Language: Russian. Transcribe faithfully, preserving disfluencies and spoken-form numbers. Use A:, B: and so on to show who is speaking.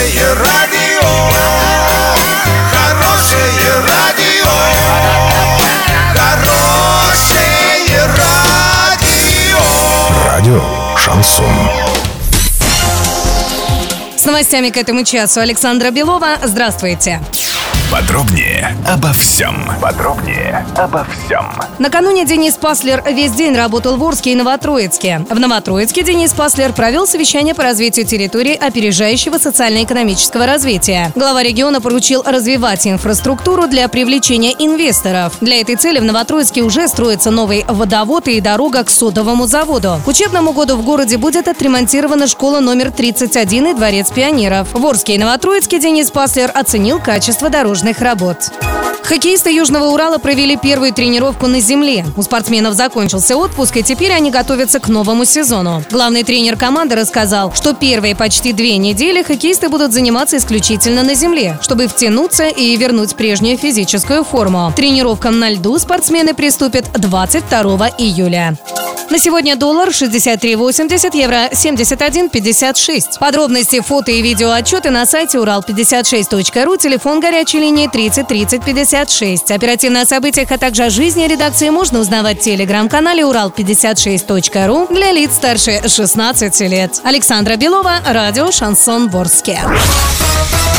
A: Хорошее радио, хорошее радио, хорошее радио.
B: Радио Шансон.
C: С новостями к этому часу Александра Белова. Здравствуйте.
B: Подробнее обо всем. Подробнее обо всем.
C: Накануне Денис Паслер весь день работал в Орске и Новотроицке. В Новотроицке Денис Паслер провел совещание по развитию территории опережающего социально-экономического развития. Глава региона поручил развивать инфраструктуру для привлечения инвесторов. Для этой цели в Новотроицке уже строится новый водовод и дорога к содовому заводу. К учебному году в городе будет отремонтирована школа номер тридцать один и дворец пионеров. В Орске и Новотроицке Денис Паслер оценил качество дорожных работ. Хоккеисты Южного Урала провели первую тренировку на земле. У спортсменов закончился отпуск, и теперь они готовятся к новому сезону. Главный тренер команды рассказал, что первые почти две недели хоккеисты будут заниматься исключительно на земле, чтобы втянуться и вернуть прежнюю физическую форму. К тренировкам на льду спортсмены приступят двадцать второго июля. На сегодня доллар шестьдесят три восемьдесят, евро семьдесят один пятьдесят шесть. Подробности, фото и видео отчеты на сайте урал пятьдесят шесть точка ру, телефон горячей линии тридцать тридцать пятьдесят шесть. Оперативно о событиях, а также о жизни редакции можно узнавать в телеграм-канале урал пятьдесят шесть точка ру для лиц старше шестнадцати лет. Александра Белова, радио «Шансон Ворске».